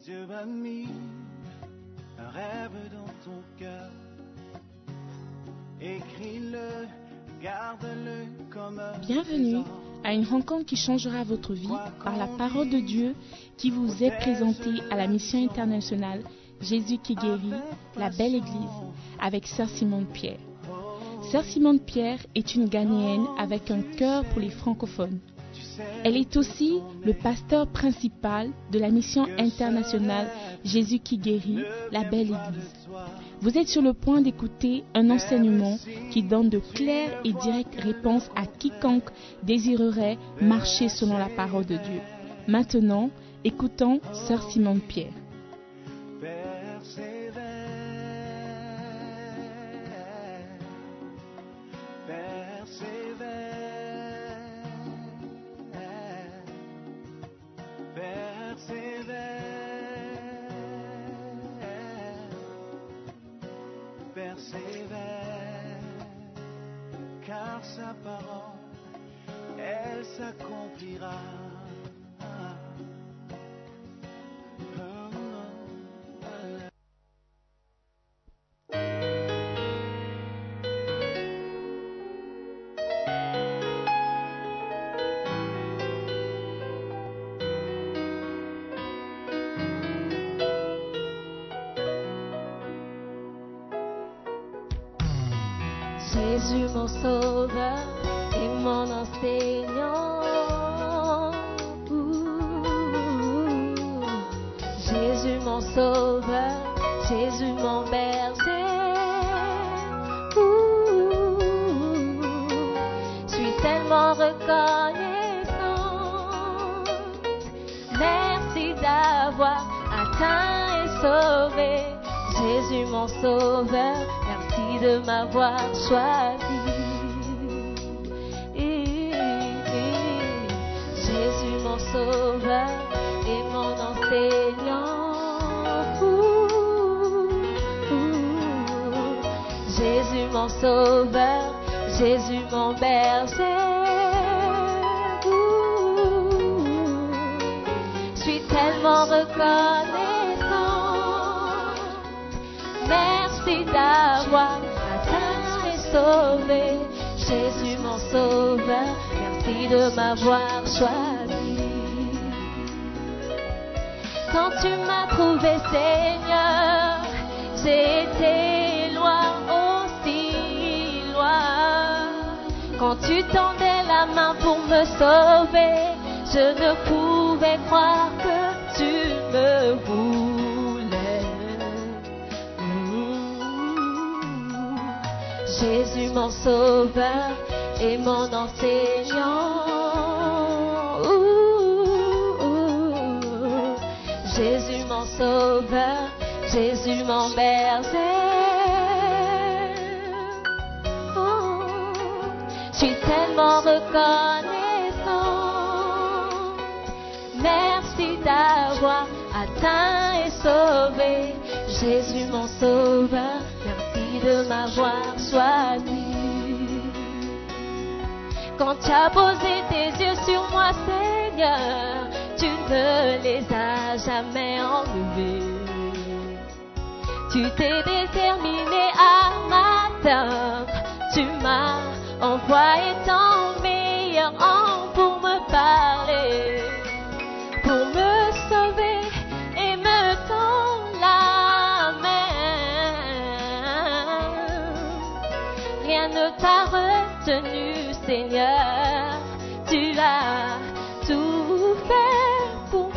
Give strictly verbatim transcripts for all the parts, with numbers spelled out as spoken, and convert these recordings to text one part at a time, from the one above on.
Dieu a mis un rêve dans ton cœur. Écris-le, garde-le comme un Bienvenue à une rencontre qui changera votre vie par la parole de Dieu qui vous est présentée à la mission internationale Jésus qui guérit, la belle église, avec Sœur Simone Pierre. Sœur Simone Pierre est une Ghanéenne avec un cœur pour les francophones. Elle est aussi le pasteur principal de la mission internationale Jésus qui guérit, la belle église. Vous êtes sur le point d'écouter un enseignement qui donne de claires et directes réponses à quiconque désirerait marcher selon la parole de Dieu. Maintenant, écoutons Sœur Simone Pierre. Persévère, car sa parole, elle s'accomplira. Jésus mon sauveur et mon enseignant. Ouh, Jésus mon sauveur, Jésus mon berger. Ouh, je suis tellement reconnaissante. Merci d'avoir atteint et sauvé. Jésus mon sauveur, merci de m'avoir choisi. Jésus mon sauveur et mon enseignant. Ouh, ouh. Jésus mon sauveur, Jésus mon berger. Ouh, je suis tellement reconnaissante. Merci d'avoir atteint et sauvé. Jésus mon sauveur, merci de m'avoir choisi. Quand tu m'as trouvé Seigneur, j'ai été loin, aussi loin. Quand tu tendais la main pour me sauver, je ne pouvais croire que tu me voulais. Jésus mon sauveur et mon enseignant. Ouh, ouh. Jésus mon sauveur, Jésus mon berger. Oh, je suis tellement reconnaissante. Merci d'avoir atteint et sauvé. Jésus mon sauveur, de m'avoir choisi. Quand tu as posé tes yeux sur moi, Seigneur, tu ne les as jamais enlevés. Tu t'es déterminé à m'atteindre. Tu m'as envoyé ton meilleur ange pour me parler, pour me sauver et me tendre la main. Rien ne t'a retenu, Seigneur, tu as tout fait pour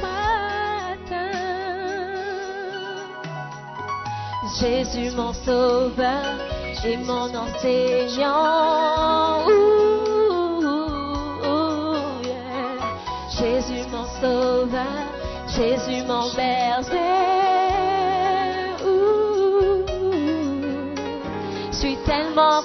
m'atteindre. Jésus mon sauveur et mon enseignant. Ouh, ouh, ouh, yeah. Jésus mon sauveur, Jésus mon berger. Je suis tellement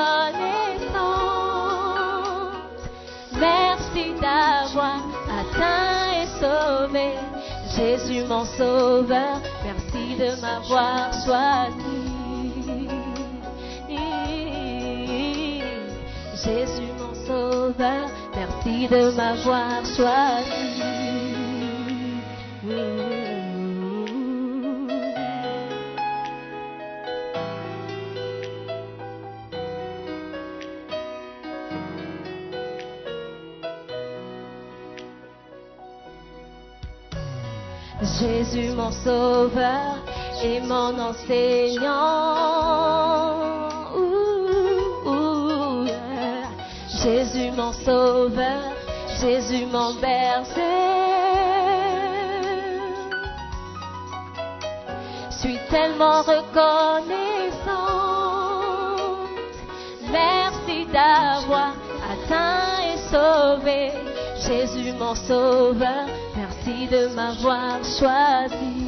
reconnaissante. Merci d'avoir atteint et sauvé. Jésus mon sauveur, merci de m'avoir choisi. Jésus mon sauveur, merci de m'avoir choisi. Mmh. Jésus mon sauveur et mon enseignant. Ouh, ouh, yeah. Jésus mon sauveur, Jésus mon berger. Je suis tellement reconnaissante. Merci d'avoir atteint et sauvé. Jésus mon sauveur, merci de m'avoir choisi.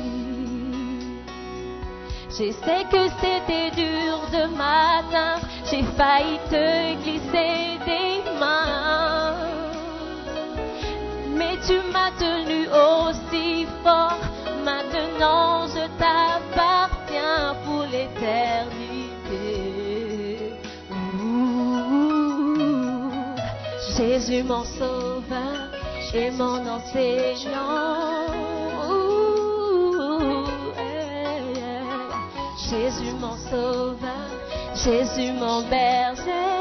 Je sais que c'était dur de matin, j'ai failli te glisser des mains. Mais tu m'as tenu aussi fort, maintenant je t'appartiens pour l'éternité. Ouh, Jésus mon sauveur et mon enseignant. Ouh, yeah, yeah. Jésus mon sauveur, Jésus mon berger.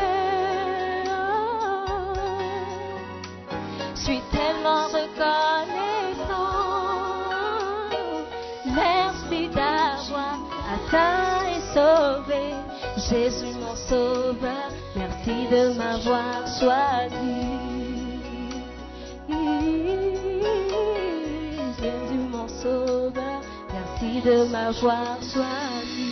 Je suis tellement reconnaissant. Merci d'avoir atteint et sauvé. Jésus mon sauveur, merci de m'avoir choisi. Jésus mon sauveur, merci de m'avoir choisi.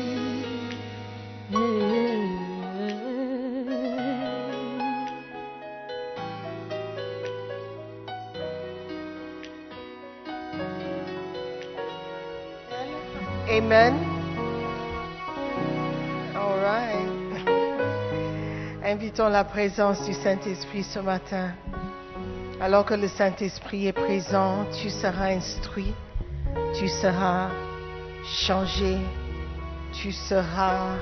Amen. All right. Invitons la présence du Saint-Esprit ce matin. Alors que le Saint-Esprit est présent, tu seras instruit, tu seras changé, tu seras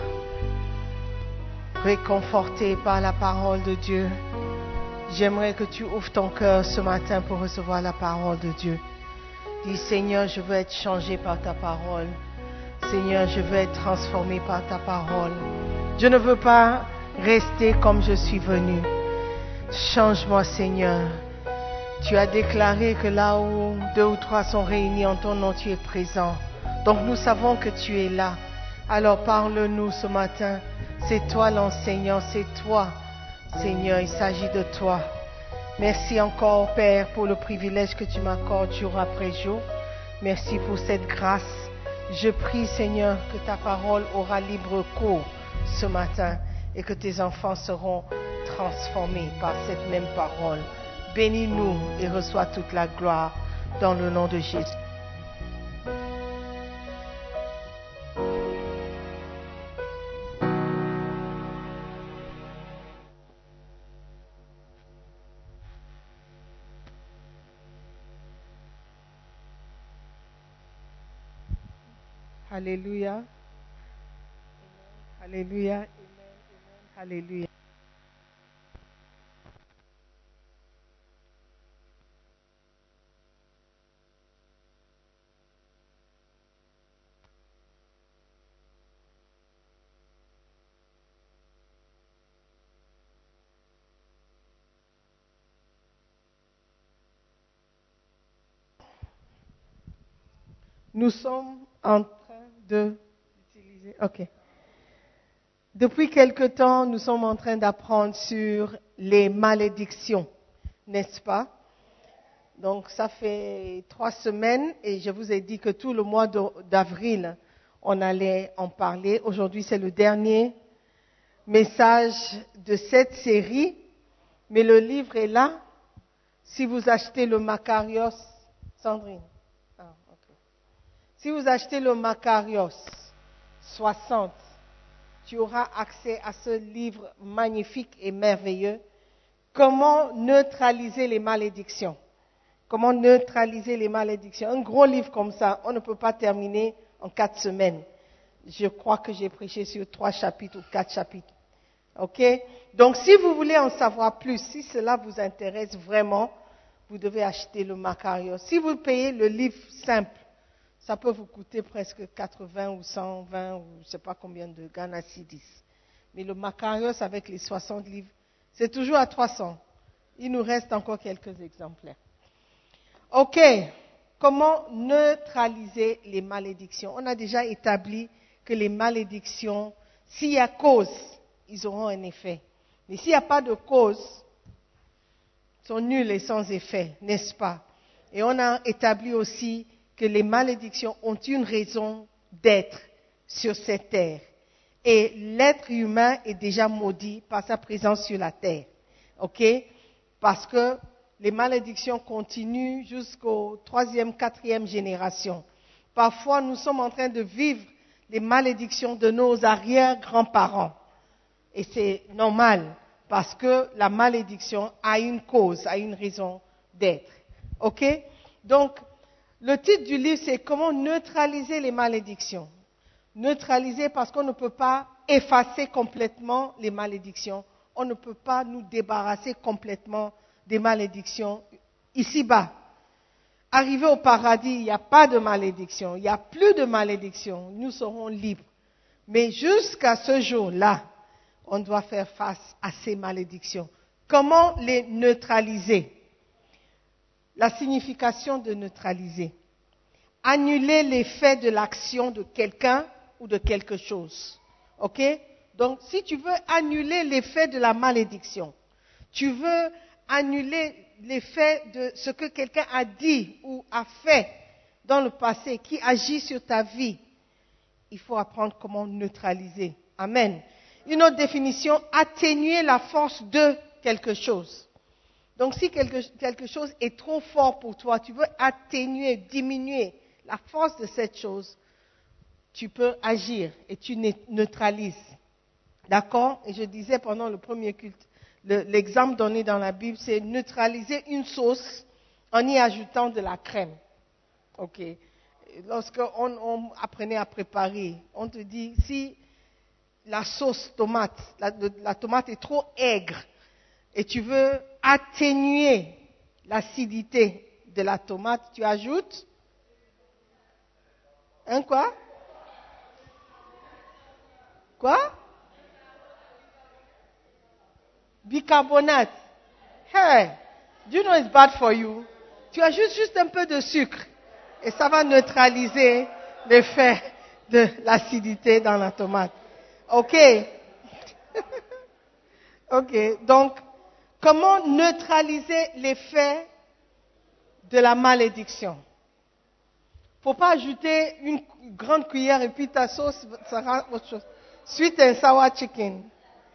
réconforté par la parole de Dieu. J'aimerais que tu ouvres ton cœur ce matin pour recevoir la parole de Dieu. Dis, Seigneur, je veux être changé par ta parole. Seigneur, je veux être transformé par ta parole. Je ne veux pas rester comme je suis venu. Change-moi, Seigneur. Tu as déclaré que là où deux ou trois sont réunis en ton nom, tu es présent. Donc nous savons que tu es là. Alors parle-nous ce matin. C'est toi l'enseignant, c'est toi, Seigneur, il s'agit de toi. Merci encore, Père, pour le privilège que tu m'accordes jour après jour. Merci pour cette grâce. Je prie, Seigneur, que ta parole aura libre cours ce matin et que tes enfants seront transformés par cette même parole. Bénis-nous et reçois toute la gloire dans le nom de Jésus. Alléluia. Alléluia. Amen. Amen. Alléluia. Nous sommes en train de d'utiliser. Ok. Depuis quelque temps, nous sommes en train d'apprendre sur les malédictions, n'est-ce pas? Donc, ça fait trois semaines et je vous ai dit que tout le mois d'avril, on allait en parler. Aujourd'hui, c'est le dernier message de cette série, mais le livre est là. Si vous achetez le Macarios, Sandrine. Si vous achetez le Macarios soixante, tu auras accès à ce livre magnifique et merveilleux. Comment neutraliser les malédictions? Comment neutraliser les malédictions? Un gros livre comme ça, on ne peut pas terminer en quatre semaines. Je crois que j'ai prêché sur trois chapitres ou quatre chapitres. Ok? Donc, si vous voulez en savoir plus, si cela vous intéresse vraiment, vous devez acheter le Macarios. Si vous payez le livre simple, ça peut vous coûter presque quatre-vingts ou cent vingt ou je ne sais pas combien de Ghana cedis. Mais le Macarios avec les soixante livres, c'est toujours à trois cents. Il nous reste encore quelques exemplaires. Ok, comment neutraliser les malédictions. On a déjà établi que les malédictions, s'il y a cause, ils auront un effet. Mais s'il n'y a pas de cause, ils sont nuls et sans effet, n'est-ce pas? Et on a établi aussi que les malédictions ont une raison d'être sur cette terre. Et l'être humain est déjà maudit par sa présence sur la terre. OK? Parce que les malédictions continuent jusqu'aux troisième, quatrième génération. Parfois, nous sommes en train de vivre les malédictions de nos arrière-grands-parents. Et c'est normal, parce que la malédiction a une cause, a une raison d'être. OK? Donc, le titre du livre, c'est « Comment neutraliser les malédictions ». Neutraliser parce qu'on ne peut pas effacer complètement les malédictions. On ne peut pas nous débarrasser complètement des malédictions ici-bas. Arrivé au paradis, il n'y a pas de malédiction, il n'y a plus de malédiction, nous serons libres. Mais jusqu'à ce jour-là, on doit faire face à ces malédictions. Comment les neutraliser? La signification de neutraliser. Annuler l'effet de l'action de quelqu'un ou de quelque chose. OK? Donc, si tu veux annuler l'effet de la malédiction, tu veux annuler l'effet de ce que quelqu'un a dit ou a fait dans le passé, qui agit sur ta vie, il faut apprendre comment neutraliser. Amen. Une autre définition, atténuer la force de quelque chose. Donc, si quelque, quelque chose est trop fort pour toi, tu veux atténuer, diminuer la force de cette chose, tu peux agir et tu neutralises. D'accord? Et je disais pendant le premier culte, le, l'exemple donné dans la Bible, c'est neutraliser une sauce en y ajoutant de la crème. OK. Lorsqu'on on apprenait à préparer, on te dit, si la sauce tomate, la, la tomate est trop aigre et tu veux atténuer l'acidité de la tomate, tu ajoutes un quoi? Quoi? Bicarbonate. Hey, do you know it's bad for you? Tu ajoutes juste un peu de sucre et ça va neutraliser l'effet de l'acidité dans la tomate. OK? OK. Donc, comment neutraliser l'effet de la malédiction? Il ne faut pas ajouter une grande cuillère et puis ta sauce sera autre chose. Sweet and sour chicken.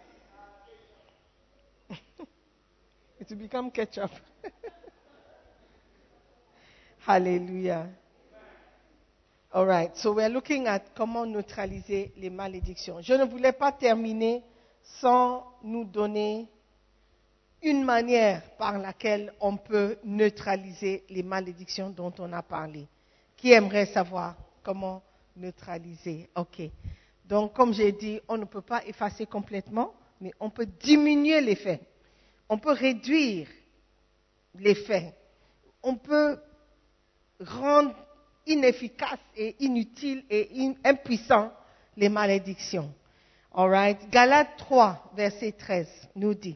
It will become ketchup. Hallelujah. All right. So we're looking at comment neutraliser les malédictions. Je ne voulais pas terminer sans nous donner une manière par laquelle on peut neutraliser les malédictions dont on a parlé. Qui aimerait savoir comment neutraliser? OK. Donc, comme j'ai dit, on ne peut pas effacer complètement, mais on peut diminuer l'effet. On peut réduire l'effet. On peut rendre inefficaces et inutiles et in, impuissants les malédictions. All right. Galates trois, verset treize, nous dit,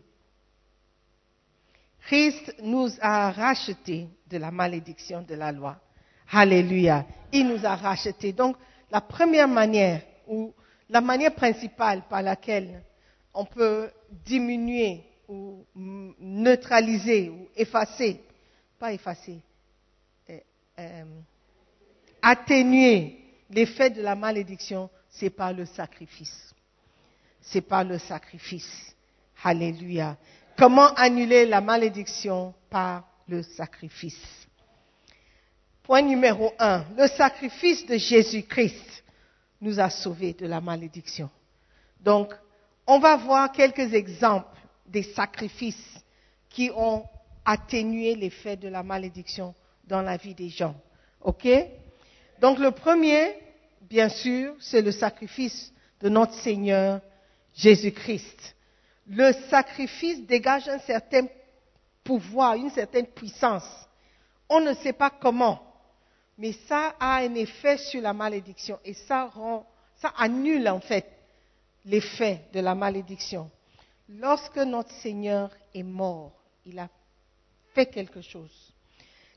Christ nous a rachetés de la malédiction de la loi. Alléluia. Il nous a rachetés. Donc, la première manière, ou la manière principale par laquelle on peut diminuer ou neutraliser ou effacer, pas effacer, euh, euh, atténuer l'effet de la malédiction, c'est par le sacrifice. C'est par le sacrifice. Alléluia. Comment annuler la malédiction? Par le sacrifice. Point numéro un, le sacrifice de Jésus-Christ nous a sauvés de la malédiction. Donc, on va voir quelques exemples des sacrifices qui ont atténué l'effet de la malédiction dans la vie des gens. OK? Donc, le premier, bien sûr, c'est le sacrifice de notre Seigneur Jésus-Christ. Le sacrifice dégage un certain pouvoir, une certaine puissance. On ne sait pas comment, mais ça a un effet sur la malédiction et ça rend, ça annule en fait l'effet de la malédiction. Lorsque notre Seigneur est mort, il a fait quelque chose.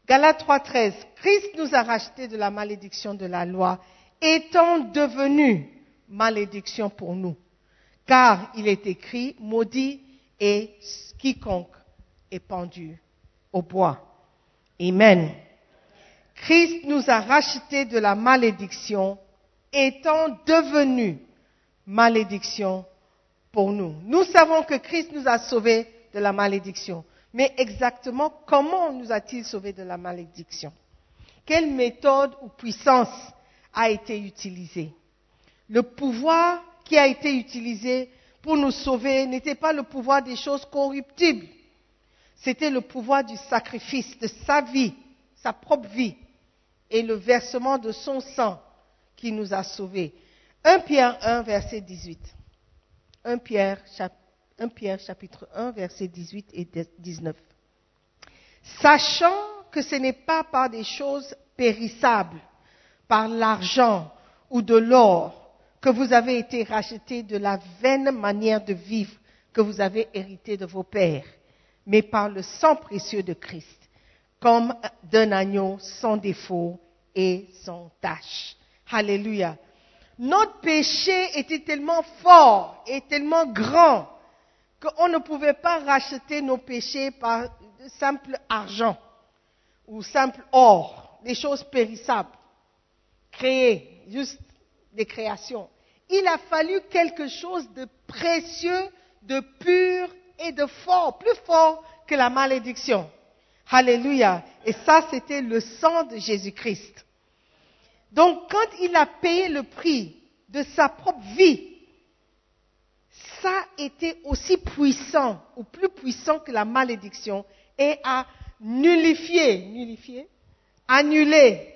Galates trois treize. Christ nous a rachetés de la malédiction de la loi, étant devenu malédiction pour nous. Car il est écrit, maudit est quiconque est pendu au bois. Amen. Christ nous a rachetés de la malédiction, étant devenu malédiction pour nous. Nous savons que Christ nous a sauvés de la malédiction. Mais exactement, comment nous a-t-il sauvés de la malédiction? Quelle méthode ou puissance a été utilisée? Le pouvoir qui a été utilisé pour nous sauver n'était pas le pouvoir des choses corruptibles. C'était le pouvoir du sacrifice, de sa vie, sa propre vie, et le versement de son sang qui nous a sauvés. premier Pierre un, verset dix-huit. premier Pierre, chap- premier Pierre, chapitre un, verset dix-huit et dix-neuf. Sachant que ce n'est pas par des choses périssables, par l'argent ou de l'or, que vous avez été rachetés de la vaine manière de vivre que vous avez hérité de vos pères, mais par le sang précieux de Christ, comme d'un agneau sans défaut et sans tache. Alléluia. Notre péché était tellement fort et tellement grand qu'on ne pouvait pas racheter nos péchés par simple argent ou simple or, des choses périssables, créées, juste des créations. Il a fallu quelque chose de précieux, de pur et de fort, plus fort que la malédiction. Alléluia. Et ça, c'était le sang de Jésus-Christ. Donc, quand il a payé le prix de sa propre vie, ça était aussi puissant, ou plus puissant que la malédiction, et a nullifié, nullifié, annulé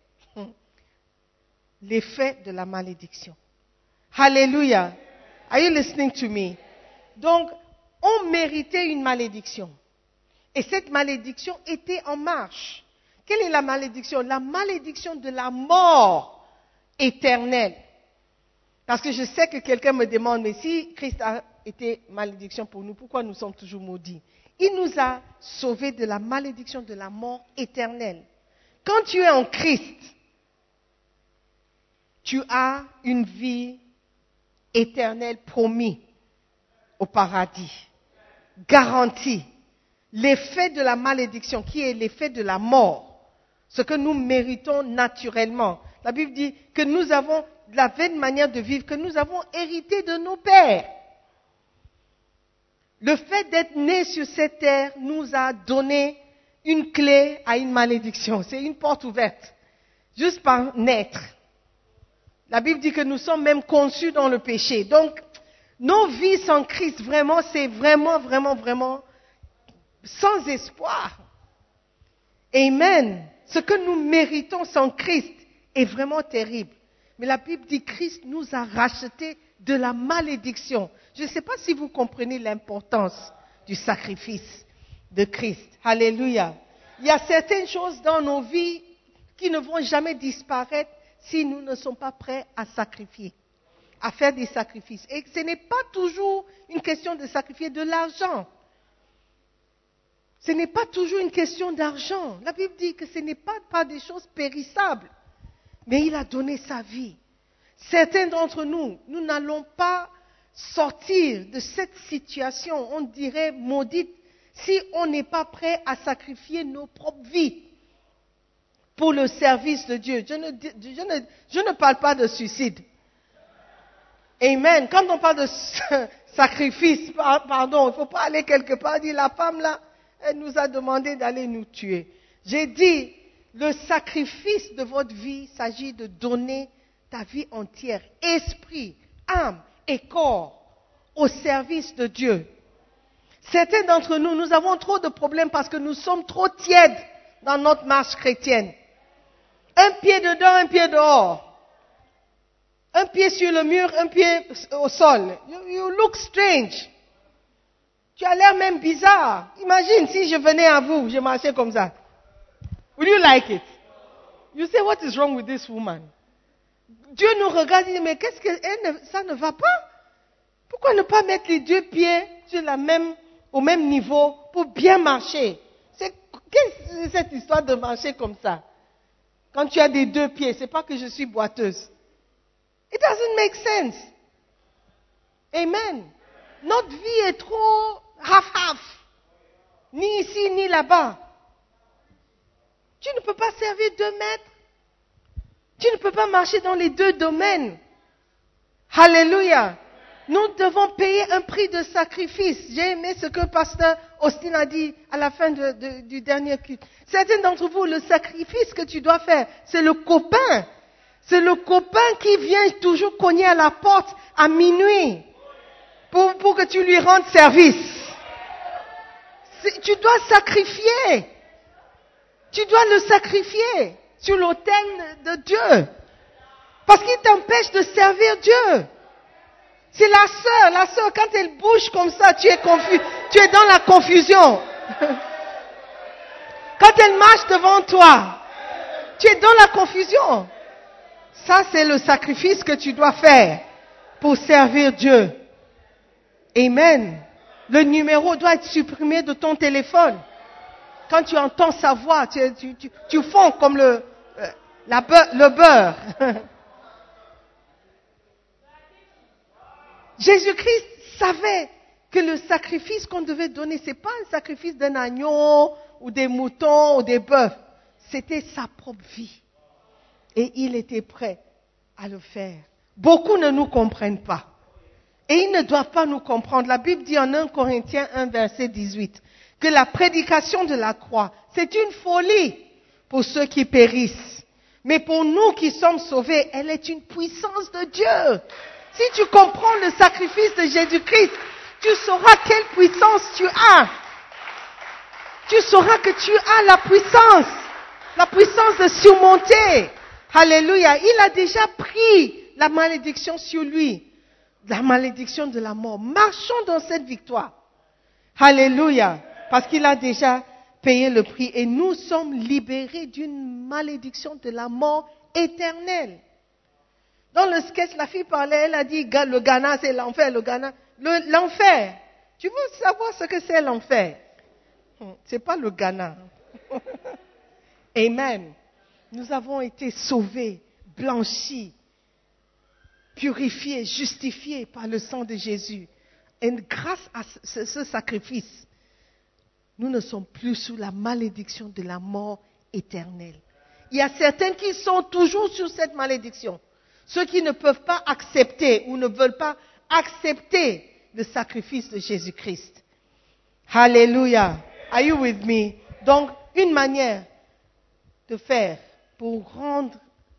l'effet de la malédiction. Alléluia. Are you listening to me? Donc, on méritait une malédiction. Et cette malédiction était en marche. Quelle est la malédiction? La malédiction de la mort éternelle. Parce que je sais que quelqu'un me demande, mais si Christ a été malédiction pour nous, pourquoi nous sommes toujours maudits? Il nous a sauvés de la malédiction de la mort éternelle. Quand tu es en Christ, tu as une vie éternelle promise au paradis, garantie. L'effet de la malédiction, qui est l'effet de la mort, ce que nous méritons naturellement. La Bible dit que nous avons la vaine manière de vivre, que nous avons hérité de nos pères. Le fait d'être né sur cette terre nous a donné une clé à une malédiction. C'est une porte ouverte, juste par naître. La Bible dit que nous sommes même conçus dans le péché. Donc, nos vies sans Christ, vraiment, c'est vraiment, vraiment, vraiment sans espoir. Amen. Ce que nous méritons sans Christ est vraiment terrible. Mais la Bible dit que Christ nous a rachetés de la malédiction. Je ne sais pas si vous comprenez l'importance du sacrifice de Christ. Alléluia. Il y a certaines choses dans nos vies qui ne vont jamais disparaître si nous ne sommes pas prêts à sacrifier, à faire des sacrifices. Et ce n'est pas toujours une question de sacrifier de l'argent. Ce n'est pas toujours une question d'argent. La Bible dit que ce n'est pas par des choses périssables, mais il a donné sa vie. Certains d'entre nous, nous n'allons pas sortir de cette situation, on dirait maudite, si on n'est pas prêt à sacrifier nos propres vies pour le service de Dieu. Je ne, je ne, je ne parle pas de suicide. Amen. Quand on parle de sacrifice, pardon, il ne faut pas aller quelque part dire la femme là, elle nous a demandé d'aller nous tuer. J'ai dit, le sacrifice de votre vie s'agit de donner ta vie entière, esprit, âme et corps au service de Dieu. Certains d'entre nous, nous avons trop de problèmes parce que nous sommes trop tièdes dans notre marche chrétienne. Un pied dedans, un pied dehors. Un pied sur le mur, un pied au sol. You, you look strange. Tu as l'air même bizarre. Imagine si je venais à vous, je marchais comme ça. Would you like it? You say, what is wrong with this woman? Dieu nous regarde et dit, mais qu'est-ce que elle ne, ça ne va pas? Pourquoi ne pas mettre les deux pieds sur la même, au même niveau pour bien marcher? C'est Qu'est-ce que c'est cette histoire de marcher comme ça? Quand tu as des deux pieds, c'est pas que je suis boiteuse. It doesn't make sense. Amen. Notre vie est trop half-half. Ni ici, ni là-bas. Tu ne peux pas servir deux mètres. Tu ne peux pas marcher dans les deux domaines. Alléluia. Nous devons payer un prix de sacrifice. J'ai aimé ce que Pasteur Austin a dit à la fin de, de, du dernier culte. Certains d'entre vous, le sacrifice que tu dois faire, c'est le copain. C'est le copain qui vient toujours cogner à la porte à minuit pour, pour que tu lui rendes service. C'est, tu dois sacrifier. Tu dois le sacrifier sur l'autel de Dieu. Parce qu'il t'empêche de servir Dieu. C'est la sœur. La sœur, quand elle bouge comme ça, tu es confus. Tu es dans la confusion. Quand elle marche devant toi, tu es dans la confusion. Ça, c'est le sacrifice que tu dois faire pour servir Dieu. Amen. Le numéro doit être supprimé de ton téléphone. Quand tu entends sa voix, tu, tu, tu, tu fonds comme le, la beurre, le beurre. Jésus-Christ savait que le sacrifice qu'on devait donner, c'est pas un sacrifice d'un agneau ou des moutons ou des bœufs. C'était sa propre vie. Et il était prêt à le faire. Beaucoup ne nous comprennent pas. Et ils ne doivent pas nous comprendre. La Bible dit en premier Corinthiens un, verset dix-huit, que la prédication de la croix, c'est une folie pour ceux qui périssent. Mais pour nous qui sommes sauvés, elle est une puissance de Dieu. Si tu comprends le sacrifice de Jésus-Christ, tu sauras quelle puissance tu as. Tu sauras que tu as la puissance, la puissance de surmonter. Alléluia. Il a déjà pris la malédiction sur lui, la malédiction de la mort. Marchons dans cette victoire. Alléluia. Parce qu'il a déjà payé le prix et nous sommes libérés d'une malédiction de la mort éternelle. Dans le sketch, la fille parlait, elle a dit, le Ghana, c'est l'enfer, le Ghana. Le, l'enfer. Tu veux savoir ce que c'est l'enfer? C'est pas le Ghana. Amen. Nous avons été sauvés, blanchis, purifiés, justifiés par le sang de Jésus. Et grâce à ce, ce sacrifice, nous ne sommes plus sous la malédiction de la mort éternelle. Il y a certains qui sont toujours sur cette malédiction. Ceux qui ne peuvent pas accepter ou ne veulent pas accepter le sacrifice de Jésus-Christ. Alléluia. Are you with me? Donc, une manière de faire pour rendre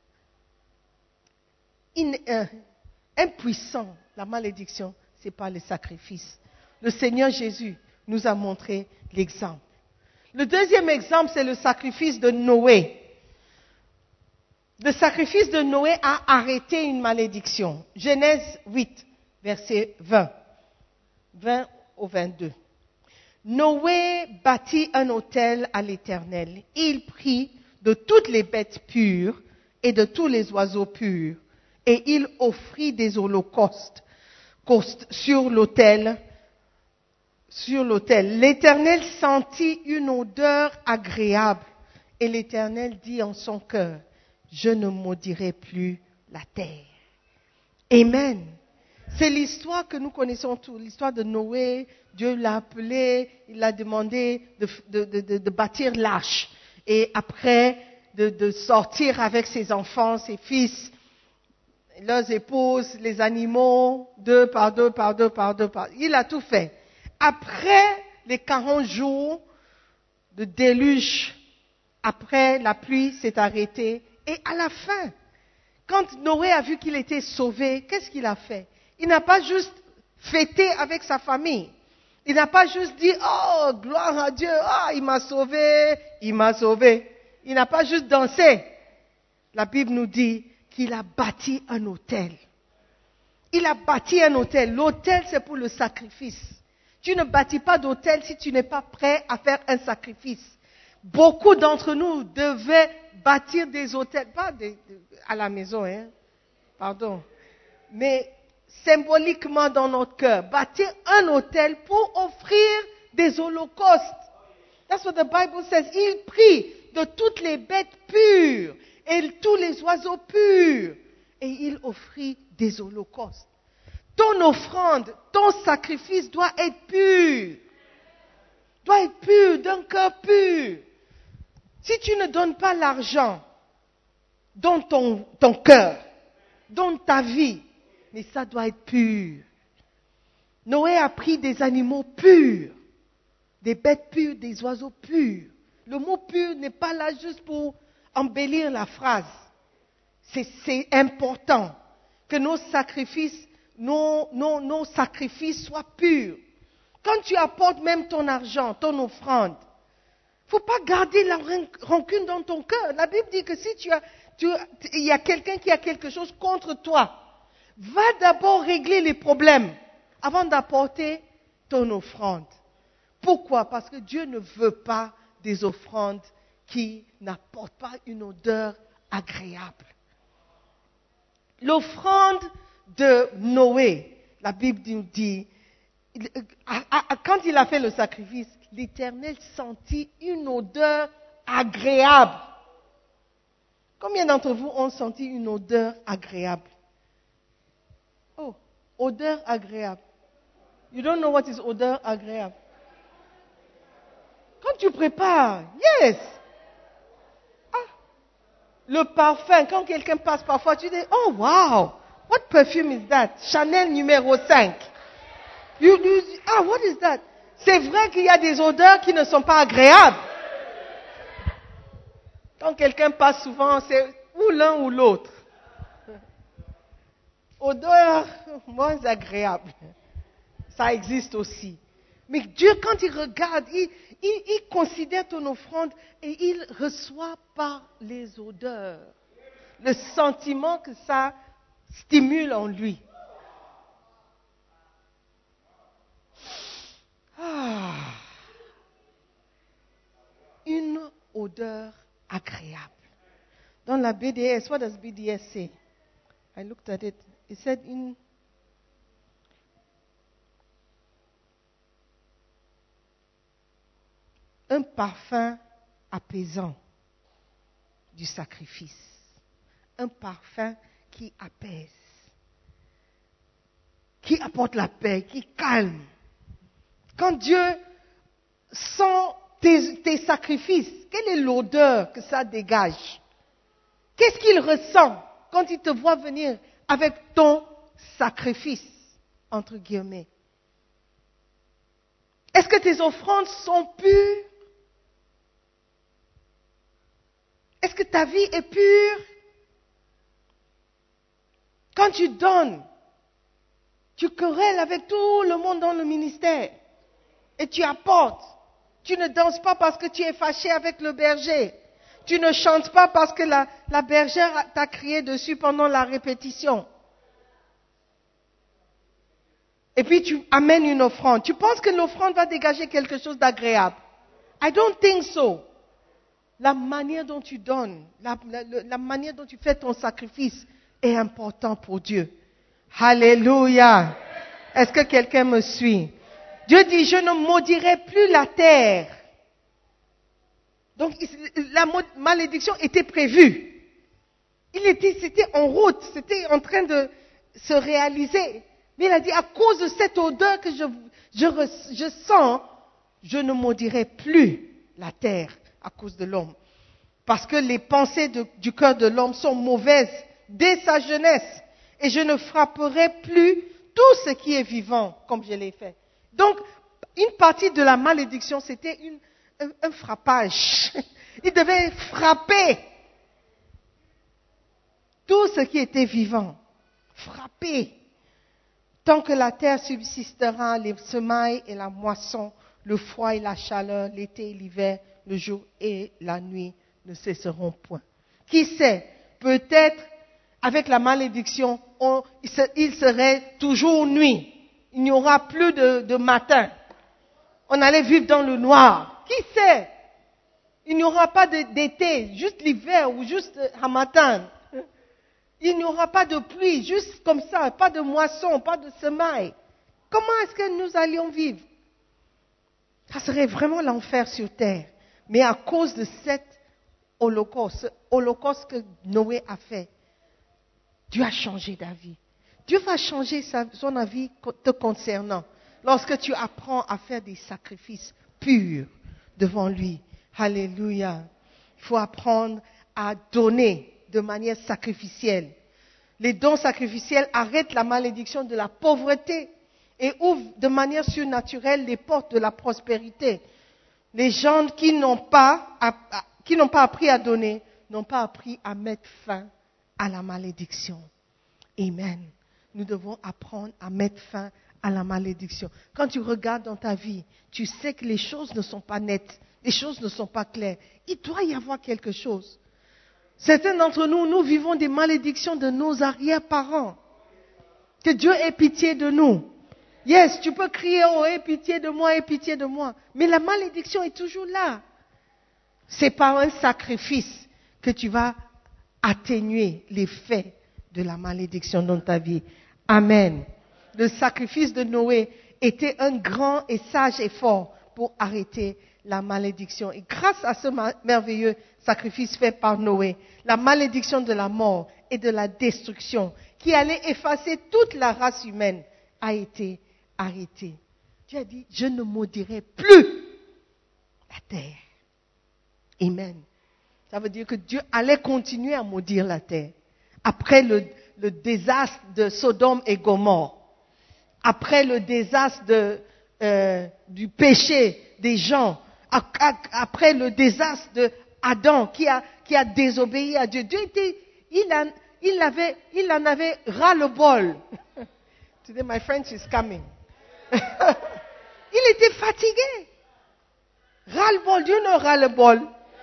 in, euh, impuissant la malédiction, c'est par le sacrifice. Le Seigneur Jésus nous a montré l'exemple. Le deuxième exemple, c'est le sacrifice de Noé. Le sacrifice de Noé a arrêté une malédiction. Genèse huit, verset vingt. vingt au vingt-deux. Noé bâtit un autel à l'Éternel. Il prit de toutes les bêtes pures et de tous les oiseaux purs, et il offrit des holocaustes sur l'autel. Sur l'autel. L'Éternel sentit une odeur agréable, et l'Éternel dit en son cœur, je ne maudirai plus la terre. Amen. C'est l'histoire que nous connaissons tous, l'histoire de Noé. Dieu l'a appelé, il a demandé de, de, de, de bâtir l'arche. Et après, de, de sortir avec ses enfants, ses fils, leurs épouses, les animaux, deux par deux, par deux, par deux, par deux. Il a tout fait. Après les quarante jours de déluge, après la pluie s'est arrêtée. Et à la fin, quand Noé a vu qu'il était sauvé, qu'est-ce qu'il a fait? Il n'a pas juste fêté avec sa famille. Il n'a pas juste dit, oh, gloire à Dieu, ah, il m'a sauvé, il m'a sauvé. Il n'a pas juste dansé. La Bible nous dit qu'il a bâti un autel. Il a bâti un autel. L'autel, c'est pour le sacrifice. Tu ne bâtis pas d'autel si tu n'es pas prêt à faire un sacrifice. Beaucoup d'entre nous devaient bâtir des autels, pas des, à la maison, hein, pardon, mais symboliquement dans notre cœur, bâtir un autel pour offrir des holocaustes. That's what the Bible says. Il prit de toutes les bêtes pures et tous les oiseaux purs. Et il offrit des holocaustes. Ton offrande, ton sacrifice doit être pur. Doit être pur, d'un cœur pur. Si tu ne donnes pas l'argent, donne ton, ton cœur, donne ta vie. Mais ça doit être pur. Noé a pris des animaux purs, des bêtes pures, des oiseaux purs. Le mot pur n'est pas là juste pour embellir la phrase. C'est, c'est important que nos sacrifices, nos, nos, nos sacrifices soient purs. Quand tu apportes même ton argent, ton offrande, il ne faut pas garder la rancune dans ton cœur. La Bible dit que si tu as, tu, il y a quelqu'un qui a quelque chose contre toi, va d'abord régler les problèmes avant d'apporter ton offrande. Pourquoi? Parce que Dieu ne veut pas des offrandes qui n'apportent pas une odeur agréable. L'offrande de Noé, la Bible nous dit, quand il a fait le sacrifice, l'Éternel sentit une odeur agréable. Combien d'entre vous ont senti une odeur agréable? Oh, odeur agréable. You don't know what is odeur agréable? Quand tu prépares, yes. Ah, le parfum, quand quelqu'un passe parfois, tu dis, oh wow, what perfume is that? Chanel numéro cinq. You, you, ah, what is that? C'est vrai qu'il y a des odeurs qui ne sont pas agréables. Quand quelqu'un passe souvent, c'est ou l'un ou l'autre. Odeur moins agréable. Ça existe aussi. Mais Dieu, quand il regarde, il, il, il considère ton offrande et il reçoit par les odeurs le sentiment que ça stimule en lui. Ah, une odeur agréable. Dans la B D S, what does B D S say? I looked at it. It said in un parfum apaisant du sacrifice. Un parfum qui apaise, qui apporte la paix, qui calme. Quand Dieu sent tes, tes sacrifices, quelle est l'odeur que ça dégage? Qu'est-ce qu'il ressent quand il te voit venir avec ton sacrifice, entre guillemets? Est-ce que tes offrandes sont pures? Est-ce que ta vie est pure? Quand tu donnes, tu querelles avec tout le monde dans le ministère et tu apportes. Tu ne danses pas parce que tu es fâché avec le berger. Tu ne chantes pas parce que la, la bergère t'a crié dessus pendant la répétition. Et puis tu amènes une offrande. Tu penses que l'offrande va dégager quelque chose d'agréable? I don't think so. La manière dont tu donnes, la, la, la manière dont tu fais ton sacrifice est importante pour Dieu. Alléluia. Est-ce que quelqu'un me suit? Dieu dit, je ne maudirai plus la terre. Donc, la malédiction était prévue. Il était, c'était en route, c'était en train de se réaliser. Mais il a dit, à cause de cette odeur que je, je, je sens, je ne maudirai plus la terre à cause de l'homme. Parce que les pensées de, du cœur de l'homme sont mauvaises dès sa jeunesse. Et je ne frapperai plus tout ce qui est vivant comme je l'ai fait. Donc, une partie de la malédiction, c'était une, un, un frappage. Il devait frapper tout ce qui était vivant. Frapper. Tant que la terre subsistera, les semailles et la moisson, le froid et la chaleur, l'été et l'hiver, le jour et la nuit ne cesseront point. Qui sait, peut-être avec la malédiction, on, il serait toujours nuit. Il n'y aura plus de, de matin. On allait vivre dans le noir. Qui sait? Il n'y aura pas de, d'été, juste l'hiver ou juste un matin. Il n'y aura pas de pluie, juste comme ça, pas de moisson, pas de semailles. Comment est-ce que nous allions vivre? Ça serait vraiment l'enfer sur terre. Mais à cause de cet holocauste, holocauste que Noé a fait, Dieu a changé d'avis. Dieu va changer sa, son avis te concernant lorsque tu apprends à faire des sacrifices purs devant lui. Alléluia. Il faut apprendre à donner de manière sacrificielle. Les dons sacrificiels arrêtent la malédiction de la pauvreté et ouvrent de manière surnaturelle les portes de la prospérité. Les gens qui n'ont pas, qui n'ont pas appris à donner, n'ont pas appris à mettre fin à la malédiction. Amen. Nous devons apprendre à mettre fin à la malédiction. Quand tu regardes dans ta vie, tu sais que les choses ne sont pas nettes, les choses ne sont pas claires. Il doit y avoir quelque chose. Certains d'entre nous, nous vivons des malédictions de nos arrière-parents. Que Dieu ait pitié de nous. Yes, tu peux crier, oh, aie pitié de moi, aie pitié de moi. Mais la malédiction est toujours là. C'est par un sacrifice que tu vas atténuer l'effet de la malédiction dans ta vie. Amen. Le sacrifice de Noé était un grand et sage effort pour arrêter la malédiction. Et grâce à ce merveilleux sacrifice fait par Noé, la malédiction de la mort et de la destruction qui allait effacer toute la race humaine a été arrêtée. Dieu a dit, je ne maudirai plus la terre. Amen. Ça veut dire que Dieu allait continuer à maudire la terre. Après le, le désastre de Sodome et Gomorrhe, après le désastre de, euh, du péché des gens, après le désastre de Adam qui a, qui a désobéi à Dieu, Dieu était, il, a, il, avait, il en avait ras-le-bol. Today my French is coming. Il était fatigué. Ras-le-bol, Dieu n'a ras-le-bol.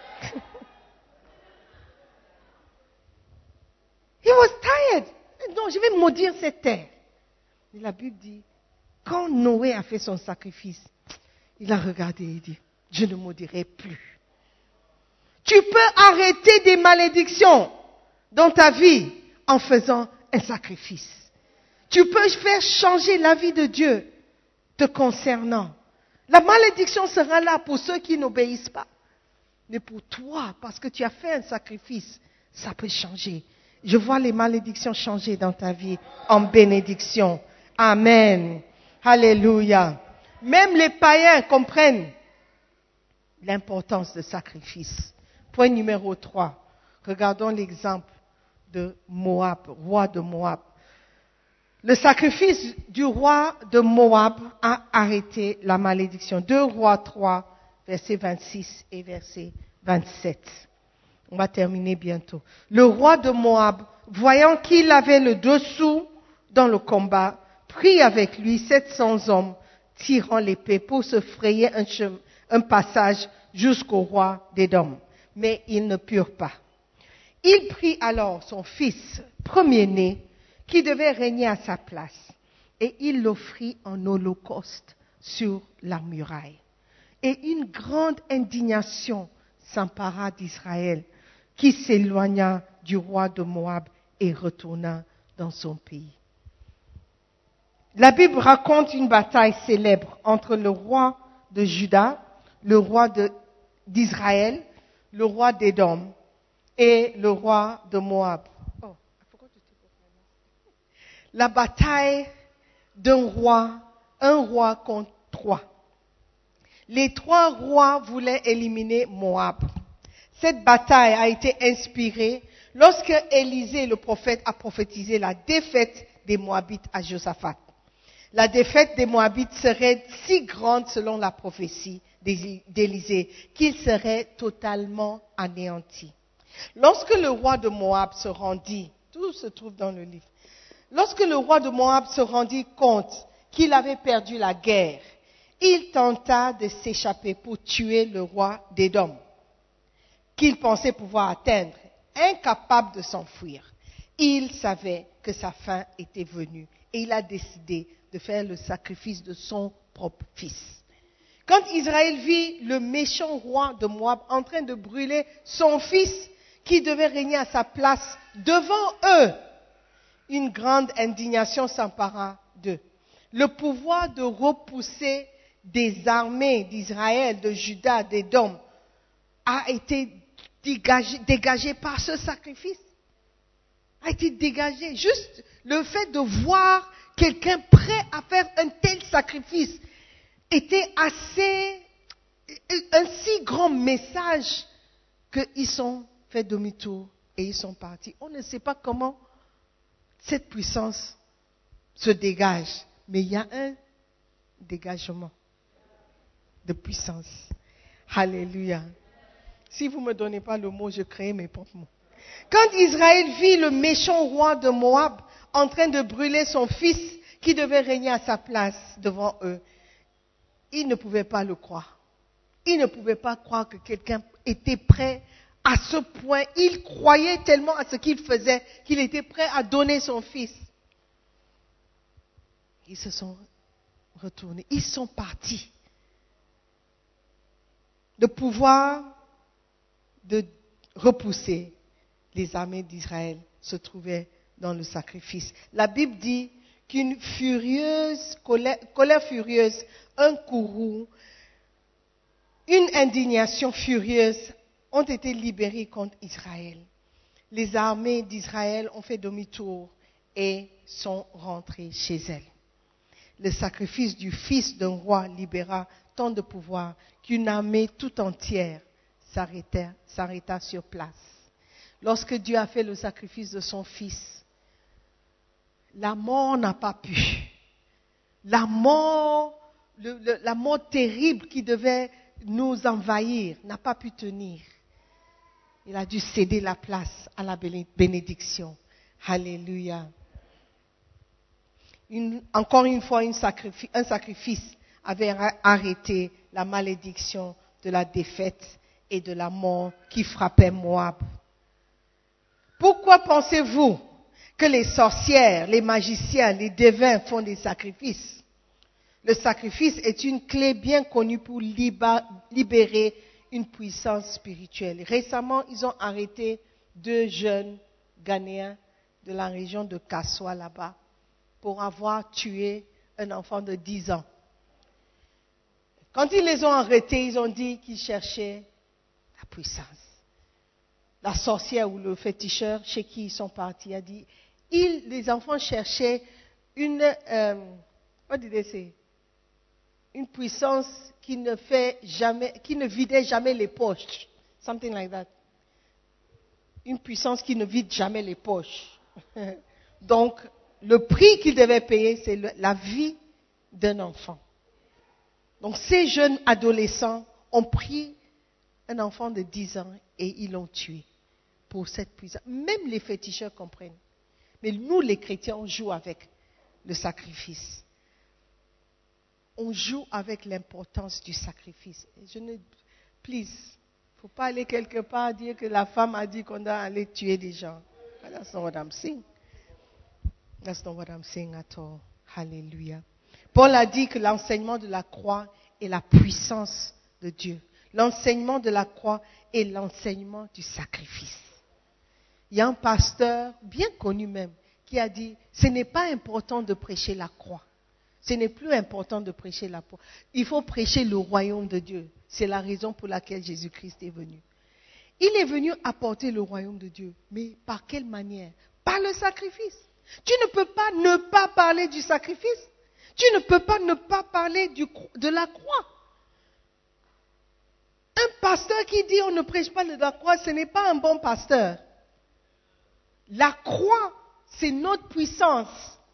He was tired. Non, je vais maudire cette terre. Mais la Bible dit, quand Noé a fait son sacrifice, il a regardé et dit, je ne maudirai plus. Tu peux arrêter des malédictions dans ta vie en faisant un sacrifice. Tu peux faire changer la vie de Dieu te concernant. La malédiction sera là pour ceux qui n'obéissent pas. Mais pour toi, parce que tu as fait un sacrifice, ça peut changer. Je vois les malédictions changer dans ta vie en bénédiction. Amen. Alléluia. Même les païens comprennent l'importance du sacrifice. Point numéro trois. Regardons l'exemple de Moab, roi de Moab. Le sacrifice du roi de Moab a arrêté la malédiction. Deux Rois trois, verset vingt-six et verset vingt-sept. On va terminer bientôt. Le roi de Moab, voyant qu'il avait le dessous dans le combat, prit avec lui sept cents hommes tirant l'épée pour se frayer un, chemin, un passage jusqu'au roi d'Édom. Mais ils ne purent pas. Il prit alors son fils premier-né qui devait régner à sa place et il l'offrit en holocauste sur la muraille. Et une grande indignation s'empara d'Israël qui s'éloigna du roi de Moab et retourna dans son pays. La Bible raconte une bataille célèbre entre le roi de Juda, le roi de, d'Israël, le roi d'Édom et le roi de Moab. Oh, la bataille d'un roi, un roi contre trois. Les trois rois voulaient éliminer Moab. Cette bataille a été inspirée lorsque Élisée, le prophète, a prophétisé la défaite des Moabites à Josaphat. La défaite des Moabites serait si grande selon la prophétie d'Élisée qu'il serait totalement anéanti. Lorsque le roi de Moab se rendit, tout se trouve dans le livre, lorsque le roi de Moab se rendit compte qu'il avait perdu la guerre, il tenta de s'échapper pour tuer le roi d'Édom, qu'il pensait pouvoir atteindre, incapable de s'enfuir. Il savait que sa fin était venue et il a décidé de faire le sacrifice de son propre fils. Quand Israël vit le méchant roi de Moab en train de brûler son fils qui devait régner à sa place devant eux, une grande indignation s'empara d'eux. Le pouvoir de repousser des armées d'Israël, de Juda, d'Édom, a été dégagé, dégagé par ce sacrifice. A été dégagé. Juste le fait de voir quelqu'un prêt à faire un tel sacrifice était assez, un si grand message qu'ils sont fait demi-tour et ils sont partis. On ne sait pas comment cette puissance se dégage, mais il y a un dégagement de puissance. Alléluia. Si vous ne me donnez pas le mot, je crée mes propres mots. Quand Israël vit le méchant roi de Moab en train de brûler son fils qui devait régner à sa place devant eux, ils ne pouvaient pas le croire. Ils ne pouvaient pas croire que quelqu'un était prêt à ce point. Ils croyaient tellement à ce qu'il faisait qu'il était prêt à donner son fils. Ils se sont retournés. Ils sont partis. Le pouvoir de repousser les armées d'Israël se trouvait dans le sacrifice. La Bible dit qu'une furieuse colère, colère furieuse, un courroux, une indignation furieuse ont été libérés contre Israël. Les armées d'Israël ont fait demi-tour et sont rentrées chez elles. Le sacrifice du fils d'un roi libéra tant de pouvoir qu'une armée tout entière s'arrêta, s'arrêta sur place. Lorsque Dieu a fait le sacrifice de son fils, la mort n'a pas pu. La mort, le, le, la mort terrible qui devait nous envahir n'a pas pu tenir. Il a dû céder la place à la bénédiction. Alléluia. Une, encore une fois, une sacrifice, un sacrifice avait arrêté la malédiction de la défaite et de la mort qui frappait Moab. Pourquoi pensez-vous que les sorcières, les magiciens, les devins font des sacrifices? Le sacrifice est une clé bien connue pour libérer une puissance spirituelle. Récemment, ils ont arrêté deux jeunes Ghanéens de la région de Kassoua là-bas pour avoir tué un enfant de dix ans. Quand ils les ont arrêtés, ils ont dit qu'ils cherchaient la puissance. La sorcière ou le féticheur chez qui ils sont partis a dit, ils, les enfants cherchaient une, euh, what did they say? Une puissance qui ne fait jamais, qui ne vidait jamais les poches. Something like that. Une puissance qui ne vide jamais les poches. Donc, le prix qu'ils devaient payer, c'est le, la vie d'un enfant. Donc, ces jeunes adolescents ont pris un enfant de dix ans et ils l'ont tué pour cette puissance. Même les féticheurs comprennent. Mais nous, les chrétiens, on joue avec le sacrifice. On joue avec l'importance du sacrifice. Et je ne, please, il ne faut pas aller quelque part dire que la femme a dit qu'on doit aller tuer des gens. That's not what I'm saying. That's not what I'm saying at all. Hallelujah. Paul a dit que l'enseignement de la croix est la puissance de Dieu. L'enseignement de la croix est l'enseignement du sacrifice. Il y a un pasteur, bien connu même, qui a dit, ce n'est pas important de prêcher la croix. Ce n'est plus important de prêcher la croix. Il faut prêcher le royaume de Dieu. C'est la raison pour laquelle Jésus-Christ est venu. Il est venu apporter le royaume de Dieu. Mais par quelle manière? Par le sacrifice. Tu ne peux pas ne pas parler du sacrifice. Tu ne peux pas ne pas parler du, de la croix. Un pasteur qui dit on ne prêche pas de la croix, ce n'est pas un bon pasteur. La croix, c'est notre puissance.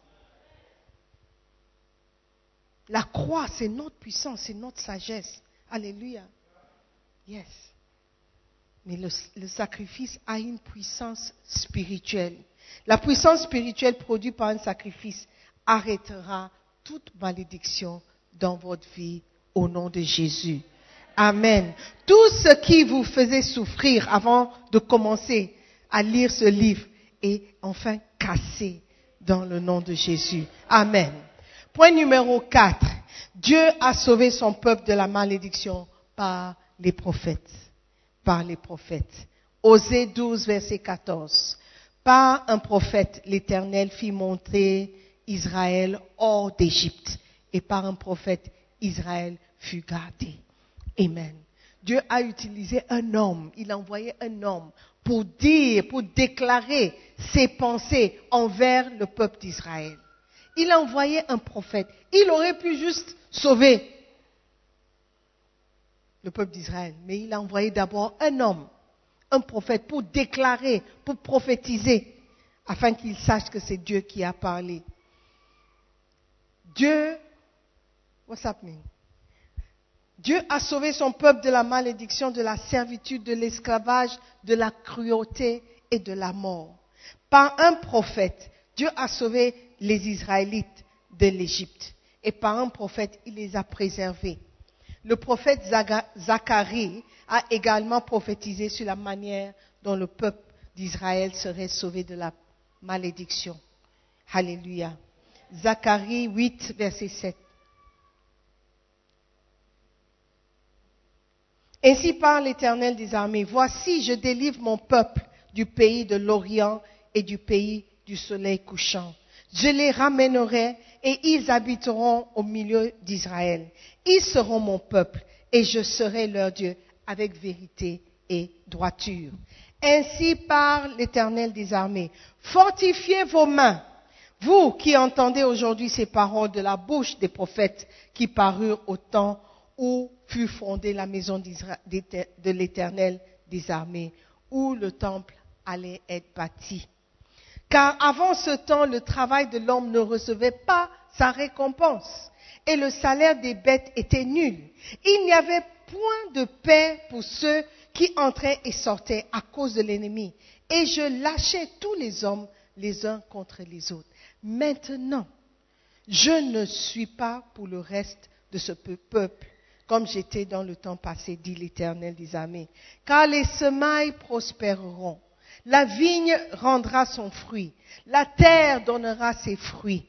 La croix, c'est notre puissance, c'est notre sagesse. Alléluia. Yes. Mais le, le sacrifice a une puissance spirituelle. La puissance spirituelle produite par un sacrifice arrêtera toute malédiction dans votre vie au nom de Jésus. Amen. Tout ce qui vous faisait souffrir avant de commencer à lire ce livre est enfin cassé dans le nom de Jésus. Amen. Point numéro quatre. Dieu a sauvé son peuple de la malédiction par les prophètes. Par les prophètes. Osée douze, verset quatorze. Par un prophète, l'Éternel fit monter Israël hors d'Égypte. Et par un prophète, Israël fut gardé. Amen. Dieu a utilisé un homme, il a envoyé un homme pour dire, pour déclarer ses pensées envers le peuple d'Israël. Il a envoyé un prophète. Il aurait pu juste sauver le peuple d'Israël, mais il a envoyé d'abord un homme, un prophète, pour déclarer, pour prophétiser, afin qu'il sache que c'est Dieu qui a parlé. Dieu, what's happening? Dieu a sauvé son peuple de la malédiction, de la servitude, de l'esclavage, de la cruauté et de la mort. Par un prophète, Dieu a sauvé les Israélites de l'Égypte. Et par un prophète, il les a préservés. Le prophète Zacharie a également prophétisé sur la manière dont le peuple d'Israël serait sauvé de la malédiction. Alléluia. Zacharie huit, verset sept. Ainsi parle l'Éternel des armées. Voici, je délivre mon peuple du pays de l'Orient et du pays du soleil couchant. Je les ramènerai et ils habiteront au milieu d'Israël. Ils seront mon peuple et je serai leur Dieu avec vérité et droiture. Ainsi parle l'Éternel des armées. Fortifiez vos mains, vous qui entendez aujourd'hui ces paroles de la bouche des prophètes qui parurent au temps où fut fondée la maison de l'Éternel des armées, où le temple allait être bâti. Car avant ce temps, le travail de l'homme ne recevait pas sa récompense, et le salaire des bêtes était nul. Il n'y avait point de paix pour ceux qui entraient et sortaient à cause de l'ennemi, et je lâchais tous les hommes les uns contre les autres. Maintenant, je ne suis pas pour le reste de ce peuple, comme j'étais dans le temps passé, dit l'Éternel des armées. Car les semailles prospéreront, la vigne rendra son fruit, la terre donnera ses fruits,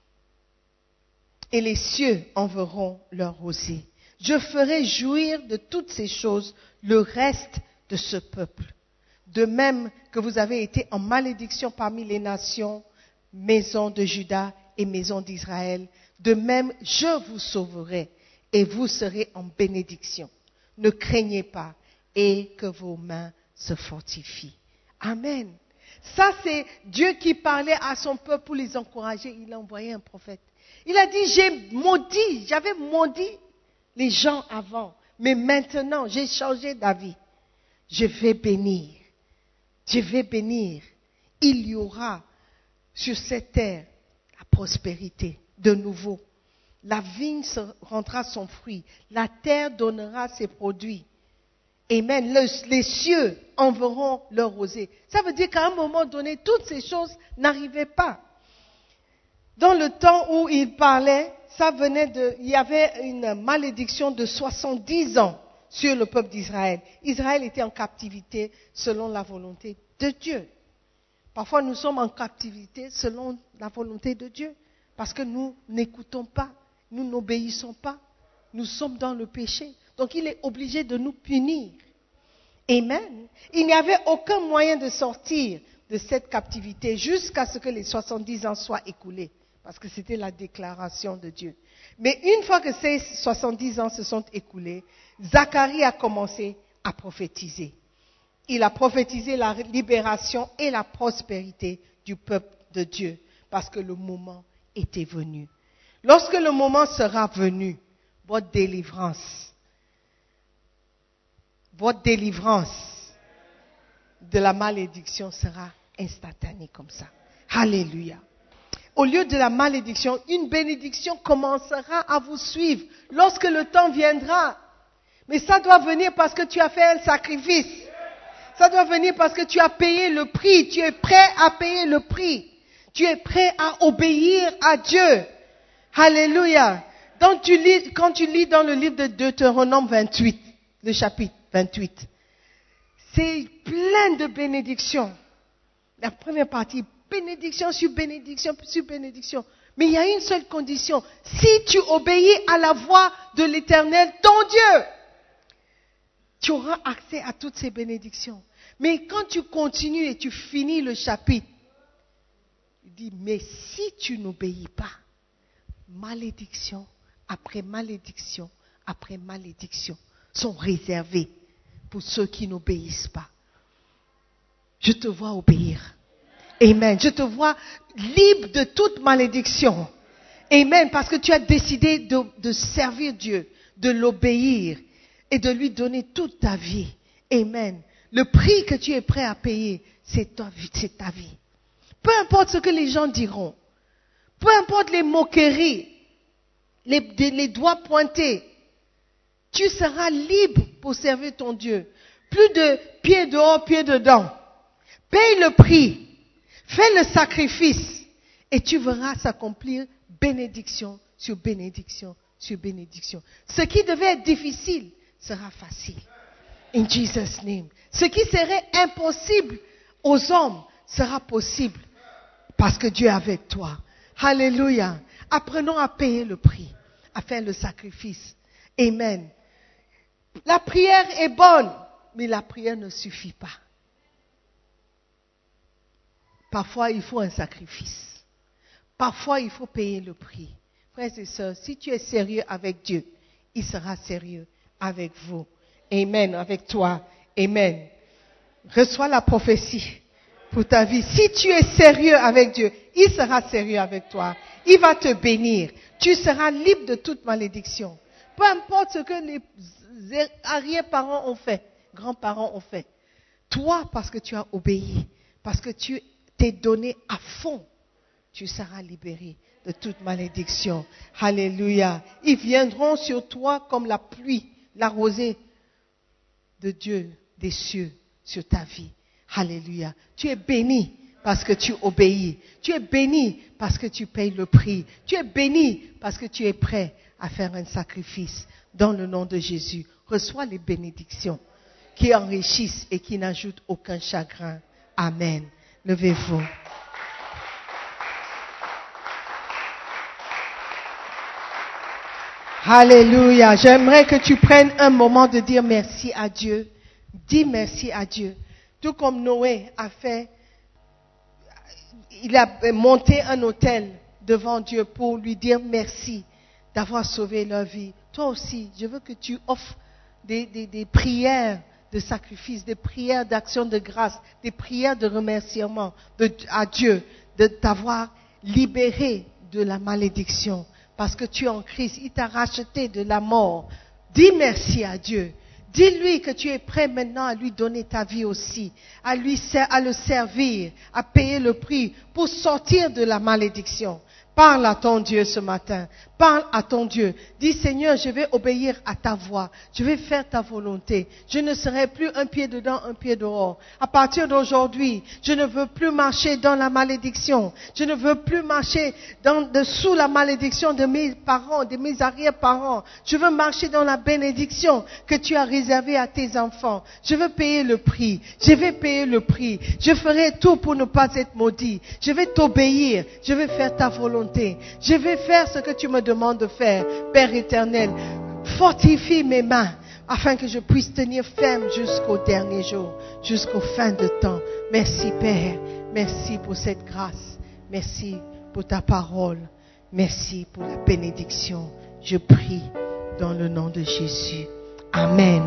et les cieux enverront leur rosée. Je ferai jouir de toutes ces choses le reste de ce peuple. De même que vous avez été en malédiction parmi les nations, maison de Juda et maison d'Israël, de même je vous sauverai. Et vous serez en bénédiction. Ne craignez pas et que vos mains se fortifient. Amen. Ça, c'est Dieu qui parlait à son peuple pour les encourager. Il a envoyé un prophète. Il a dit, j'ai maudit, j'avais maudit les gens avant. Mais maintenant, j'ai changé d'avis. Je vais bénir. Je vais bénir. Il y aura sur cette terre la prospérité de nouveau. La vigne rendra son fruit. La terre donnera ses produits. Amen. Le, les cieux enverront leur rosée. Ça veut dire qu'à un moment donné, toutes ces choses n'arrivaient pas. Dans le temps où il parlait, ça venait de, il y avait une malédiction de soixante-dix ans sur le peuple d'Israël. Israël était en captivité selon la volonté de Dieu. Parfois, nous sommes en captivité selon la volonté de Dieu parce que nous n'écoutons pas. Nous n'obéissons pas. Nous sommes dans le péché. Donc, il est obligé de nous punir. Amen. Il n'y avait aucun moyen de sortir de cette captivité jusqu'à ce que les soixante-dix ans soient écoulés. Parce que c'était la déclaration de Dieu. Mais une fois que ces soixante-dix ans se sont écoulés, Zacharie a commencé à prophétiser. Il a prophétisé la libération et la prospérité du peuple de Dieu. Parce que le moment était venu. Lorsque le moment sera venu, votre délivrance, votre délivrance de la malédiction sera instantanée comme ça. Alléluia. Au lieu de la malédiction, une bénédiction commencera à vous suivre lorsque le temps viendra. Mais ça doit venir parce que tu as fait un sacrifice. Ça doit venir parce que tu as payé le prix. Tu es prêt à payer le prix. Tu es prêt à obéir à Dieu. Alléluia. Donc, tu lis, quand tu lis dans le livre de Deutéronome vingt-huit, le chapitre vingt-huit, c'est plein de bénédictions. La première partie, bénédiction sur bénédiction sur bénédiction. Mais il y a une seule condition. Si tu obéis à la voix de l'Éternel, ton Dieu, tu auras accès à toutes ces bénédictions. Mais quand tu continues et tu finis le chapitre, il dit, mais si tu n'obéis pas, malédiction après malédiction, après malédiction, sont réservées pour ceux qui n'obéissent pas. Je te vois obéir. Amen. Je te vois libre de toute malédiction. Amen. Parce que tu as décidé de, de servir Dieu, de l'obéir et de lui donner toute ta vie. Amen. Le prix que tu es prêt à payer, c'est ta vie. C'est ta vie. Peu importe ce que les gens diront. Peu importe les moqueries, les, les doigts pointés. Tu seras libre pour servir ton Dieu. Plus de pieds dehors, pieds dedans. Paye le prix. Fais le sacrifice. Et tu verras s'accomplir bénédiction sur bénédiction sur bénédiction. Ce qui devait être difficile sera facile. In Jesus' name. Ce qui serait impossible aux hommes sera possible. Parce que Dieu est avec toi. Alléluia. Apprenons à payer le prix. À faire le sacrifice. Amen. La prière est bonne, mais la prière ne suffit pas. Parfois, il faut un sacrifice. Parfois, il faut payer le prix. Frères et sœurs, si tu es sérieux avec Dieu, il sera sérieux avec vous. Amen. Avec toi. Amen. Reçois la prophétie pour ta vie. Si tu es sérieux avec Dieu, il sera sérieux avec toi. Il va te bénir. Tu seras libre de toute malédiction. Peu importe ce que les arrière-parents ont fait, grands-parents ont fait. Toi, parce que tu as obéi, parce que tu t'es donné à fond, tu seras libéré de toute malédiction. Alléluia. Ils viendront sur toi comme la pluie, la rosée de Dieu, des cieux, sur ta vie. Alléluia. Tu es béni parce que tu obéis. Tu es béni parce que tu payes le prix. Tu es béni parce que tu es prêt à faire un sacrifice. Dans le nom de Jésus, reçois les bénédictions qui enrichissent et qui n'ajoutent aucun chagrin. Amen. Levez-vous. Alléluia. J'aimerais que tu prennes un moment de dire merci à Dieu. Dis merci à Dieu. Tout comme Noé a fait, il a monté un autel devant Dieu pour lui dire merci d'avoir sauvé leur vie. Toi aussi, je veux que tu offres des, des, des prières de sacrifice, des prières d'action de grâce, des prières de remerciement de, à Dieu de t'avoir libéré de la malédiction. Parce que tu es en Christ, il t'a racheté de la mort. Dis merci à Dieu. Dis-lui que tu es prêt maintenant à lui donner ta vie aussi, à lui, à le servir, à payer le prix pour sortir de la malédiction. Parle à ton Dieu ce matin. Parle à ton Dieu. Dis, Seigneur, je vais obéir à ta voix. Je vais faire ta volonté. Je ne serai plus un pied dedans, un pied dehors. À partir d'aujourd'hui, je ne veux plus marcher dans la malédiction. Je ne veux plus marcher dans, dessous la malédiction de mes parents, de mes arrière-parents. Je veux marcher dans la bénédiction que tu as réservée à tes enfants. Je veux payer le prix. Je vais payer le prix. Je ferai tout pour ne pas être maudit. Je vais t'obéir. Je vais faire ta volonté. Je vais faire ce que tu me demandes de faire, Père éternel. Fortifie mes mains afin que je puisse tenir ferme jusqu'au dernier jour, jusqu'au fin de temps. Merci Père, merci pour cette grâce, merci pour ta parole, merci pour la bénédiction. Je prie dans le nom de Jésus. Amen.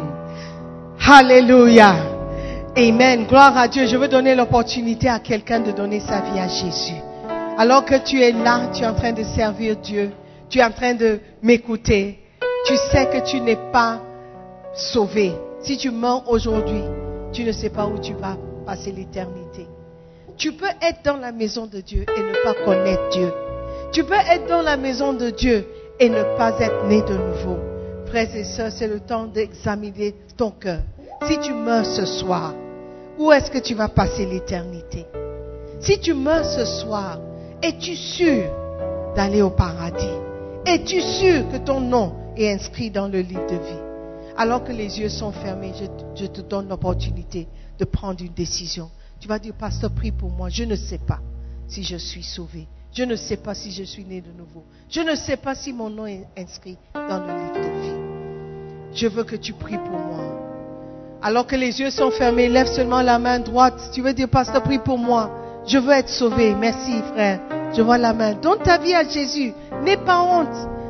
Alléluia. Amen. Gloire à Dieu. Je veux donner l'opportunité à quelqu'un de donner sa vie à Jésus. Alors que tu es là, tu es en train de servir Dieu, tu es en train de m'écouter, tu sais que tu n'es pas sauvé. Si tu meurs aujourd'hui, tu ne sais pas où tu vas passer l'éternité. Tu peux être dans la maison de Dieu et ne pas connaître Dieu. Tu peux être dans la maison de Dieu et ne pas être né de nouveau. Frères et sœurs, c'est le temps d'examiner ton cœur. Si tu meurs ce soir, où est-ce que tu vas passer l'éternité? Si tu meurs ce soir, es-tu sûr d'aller au paradis? Es-tu sûr que ton nom est inscrit dans le livre de vie? Alors que les yeux sont fermés, je, je te donne l'opportunité de prendre une décision. Tu vas dire, pasteur, prie pour moi. Je ne sais pas si je suis sauvé. Je ne sais pas si je suis né de nouveau. Je ne sais pas si mon nom est inscrit dans le livre de vie. Je veux que tu pries pour moi. Alors que les yeux sont fermés, lève seulement la main droite. Tu veux dire, pasteur, prie pour moi. Je veux être sauvé. Merci, frère. Je vois la main. Donne ta vie à Jésus. N'aie pas honte.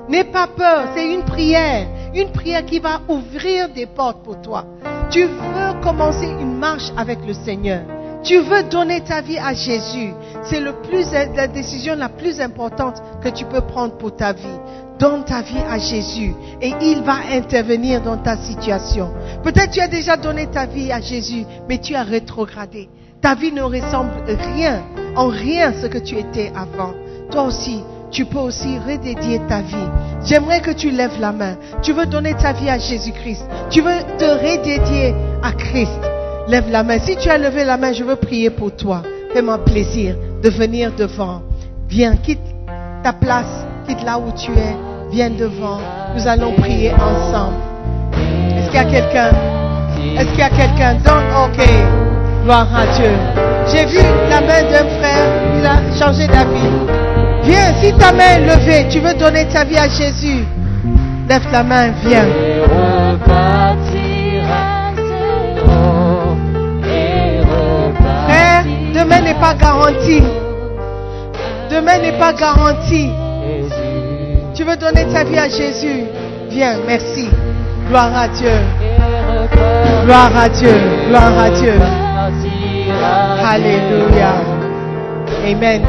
N'aie pas peur, c'est une prière. Une prière qui va ouvrir des portes pour toi. Tu veux commencer une marche avec le Seigneur. Tu veux donner ta vie à Jésus. C'est le plus, la décision la plus importante que tu peux prendre pour ta vie. Donne ta vie à Jésus et il va intervenir dans ta situation. Peut-être tu as déjà donné ta vie à Jésus, mais tu as rétrogradé. Ta vie ne ressemble rien, en rien ce que tu étais avant. Toi aussi, tu peux aussi redédier ta vie. J'aimerais que tu lèves la main. Tu veux donner ta vie à Jésus-Christ. Tu veux te redédier à Christ. Lève la main. Si tu as levé la main, je veux prier pour toi. Fais-moi plaisir de venir devant. Viens, quitte ta place, quitte là où tu es. Viens devant. Nous allons prier ensemble. Est-ce qu'il y a quelqu'un? Est-ce qu'il y a quelqu'un? Donc, ok. Gloire à Dieu. J'ai vu la main d'un frère. Il a changé d'avis. Viens, si ta main est levée, tu veux donner ta vie à Jésus. Lève la main, viens. Frère, demain n'est pas garanti. Demain n'est pas garanti. Tu veux donner ta vie à Jésus. Viens, merci. Gloire à Dieu. Gloire à Dieu. Gloire à Dieu. Alléluia. Amen.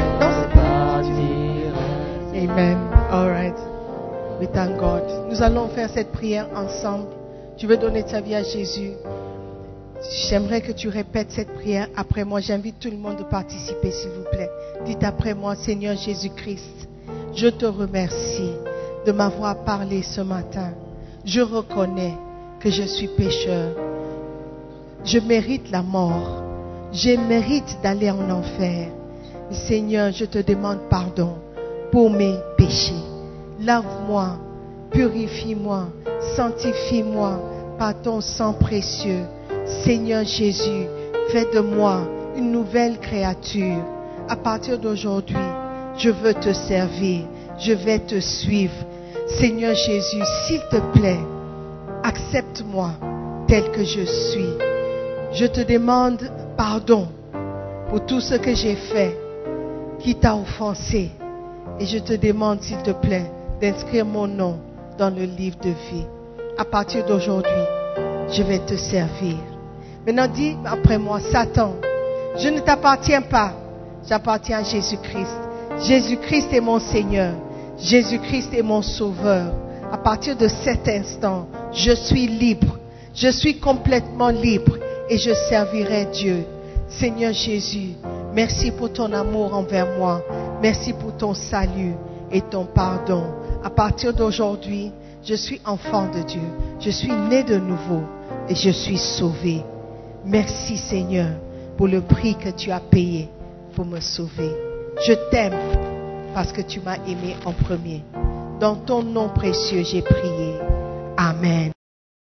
Amen. All right. We thank God. Nous allons faire cette prière ensemble. Tu veux donner ta vie à Jésus. J'aimerais que tu répètes cette prière après moi. J'invite tout le monde à participer, s'il vous plaît. Dites après moi, Seigneur Jésus-Christ, je te remercie de m'avoir parlé ce matin. Je reconnais que je suis pécheur. Je mérite la mort. Je mérite d'aller en enfer. Seigneur, je te demande pardon pour mes péchés. Lave-moi, purifie-moi, sanctifie-moi par ton sang précieux. Seigneur Jésus, fais de moi une nouvelle créature. À partir d'aujourd'hui, je veux te servir, je vais te suivre. Seigneur Jésus, s'il te plaît, accepte-moi tel que je suis. Je te demande pardon pour tout ce que j'ai fait qui t'a offensé. Et je te demande, s'il te plaît, d'inscrire mon nom dans le livre de vie. À partir d'aujourd'hui, je vais te servir. Maintenant, dis après moi, Satan, je ne t'appartiens pas. J'appartiens à Jésus-Christ. Jésus-Christ est mon Seigneur. Jésus-Christ est mon Sauveur. À partir de cet instant, je suis libre. Je suis complètement libre et je servirai Dieu. Seigneur Jésus, merci pour ton amour envers moi. Merci pour ton salut et ton pardon. À partir d'aujourd'hui, je suis enfant de Dieu. Je suis né de nouveau et je suis sauvé. Merci Seigneur pour le prix que tu as payé pour me sauver. Je t'aime parce que tu m'as aimé en premier. Dans ton nom précieux, j'ai prié. Amen.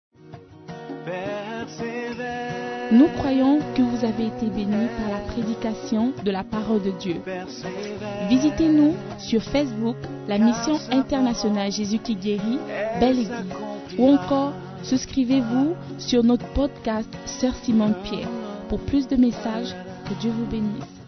Nous croyons que vous avez été bénis par la prédication de la parole de Dieu. Visitez-nous sur Facebook, la mission internationale Jésus qui guérit, Belle Église. Ou encore, souscrivez-vous sur notre podcast Sœur Simone Pierre. Pour plus de messages, que Dieu vous bénisse.